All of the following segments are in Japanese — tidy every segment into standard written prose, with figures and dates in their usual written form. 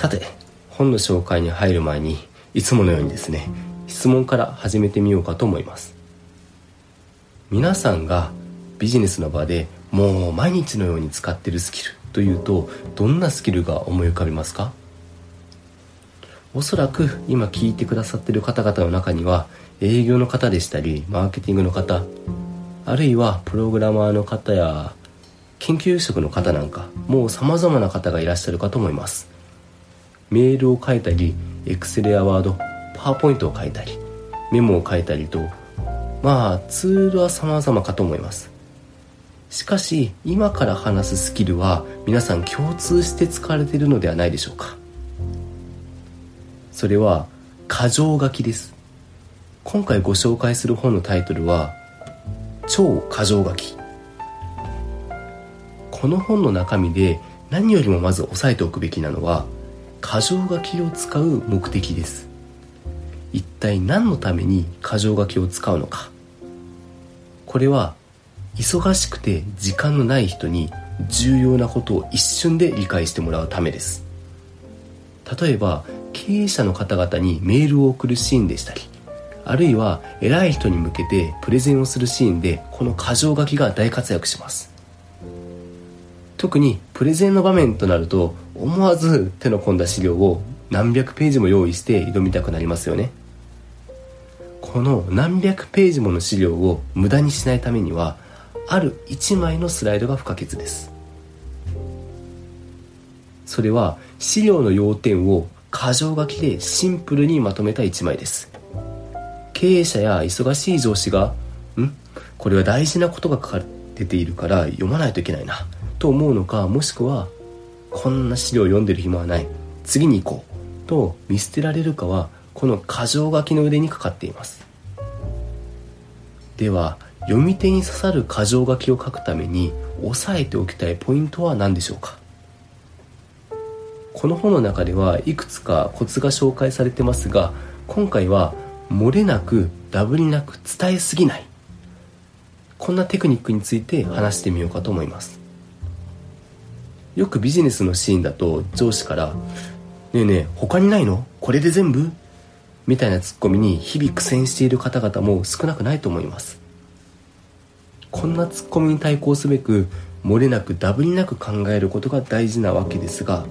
さて、本の紹介に入る前にいつものようにですね、質問から始めてみようかと思います。皆さんがビジネスの場でもう毎日のように使っているスキルというと、どんなスキルが思い浮かびますか？おそらく今聞いてくださっている方々の中には、営業の方でしたりマーケティングの方、あるいはプログラマーの方や研究職の方なんか、もう様々な方がいらっしゃるかと思います。メールを書いたり、Excel や Word、パワーポイントを書いたり、メモを書いたりと、ツールは様々かと思います。しかし今から話すスキルは皆さん共通して使われているのではないでしょうか。それは箇条書きです。今回ご紹介する本のタイトルは超箇条書き。この本の中身で何よりもまず押さえておくべきなのは、箇条書きを使う目的です。一体何のために箇条書きを使うのか。これは忙しくて時間のない人に重要なことを一瞬で理解してもらうためです。例えば経営者の方々にメールを送るシーンでしたり、あるいは偉い人に向けてプレゼンをするシーンで、この箇条書きが大活躍します。特にプレゼンの場面となると、思わず手の込んだ資料を何百ページも用意して挑みたくなりますよね。この何百ページもの資料を無駄にしないためには、ある1枚のスライドが不可欠です。それは資料の要点を箇条書きでシンプルにまとめた1枚です。経営者や忙しい上司がこれは大事なことが書かれているから読まないといけないなと思うのか、もしくはこんな資料を読んでる暇はない、次に行こうと見捨てられるかは、この箇条書きの腕にかかっています。では読み手に刺さる箇条書きを書くために押さえておきたいポイントは何でしょうか。この本の中ではいくつかコツが紹介されてますが、今回は漏れなくダブりなく伝えすぎない、こんなテクニックについて話してみようかと思います。よくビジネスのシーンだと上司からねえねえ他にないの？これで全部？みたいなツッコミに日々苦戦している方々も少なくないと思います。こんなツッコミに対抗すべく、漏れなくダブりなく考えることが大事なわけですが、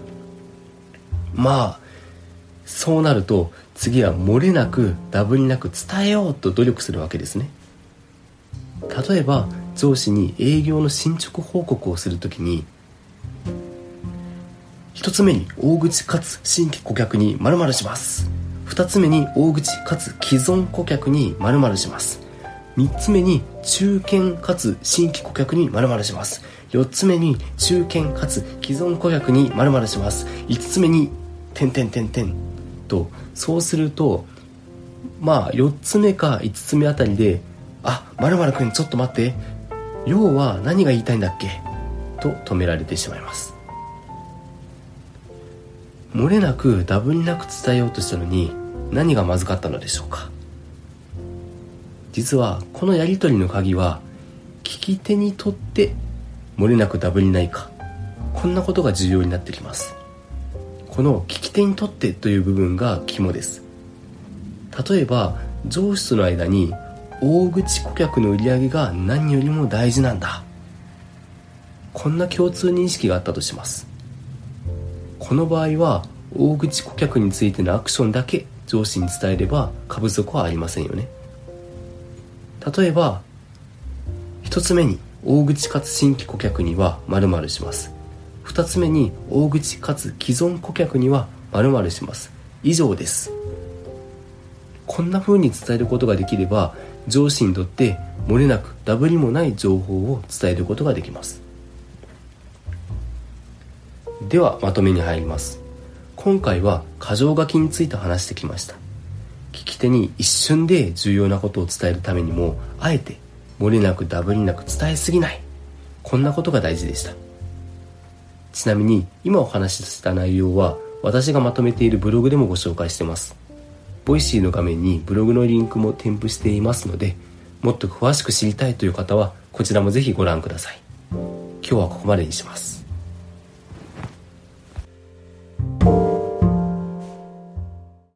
そうなると次は漏れなくダブりなく伝えようと努力するわけですね。例えば上司に営業の進捗報告をするときに、一つ目に大口かつ新規顧客に〇〇します。二つ目に大口かつ既存顧客に〇〇します。三つ目に中堅かつ新規顧客に〇〇します。四つ目に中堅かつ既存顧客に〇〇します。五つ目にと、そうすると四つ目か五つ目あたりで、〇〇くんちょっと待って、要は何が言いたいんだっけと止められてしまいます。漏れなくダブりなく伝えようとしたのに、何がまずかったのでしょうか。実はこのやり取りの鍵は、聞き手にとって漏れなくダブりないか、こんなことが重要になってきます。この聞き手にとってという部分が肝です。例えば上司との間に、大口顧客の売り上げが何よりも大事なんだ、こんな共通認識があったとします。この場合は大口顧客についてのアクションだけ上司に伝えれば過不足はありませんよね。例えば一つ目に大口かつ新規顧客には〇〇します。二つ目に大口かつ既存顧客には〇〇します。以上です。こんな風に伝えることができれば、上司にとって漏れなくダブりもない情報を伝えることができます。ではまとめに入ります。今回は箇条書きについて話してきました。聞き手に一瞬で重要なことを伝えるためにも、あえて漏れなくダブりなく伝えすぎない、こんなことが大事でした。ちなみに今お話しした内容は、私がまとめているブログでもご紹介しています。ボイシーの画面にブログのリンクも添付していますので、もっと詳しく知りたいという方はこちらもぜひご覧ください。今日はここまでにします。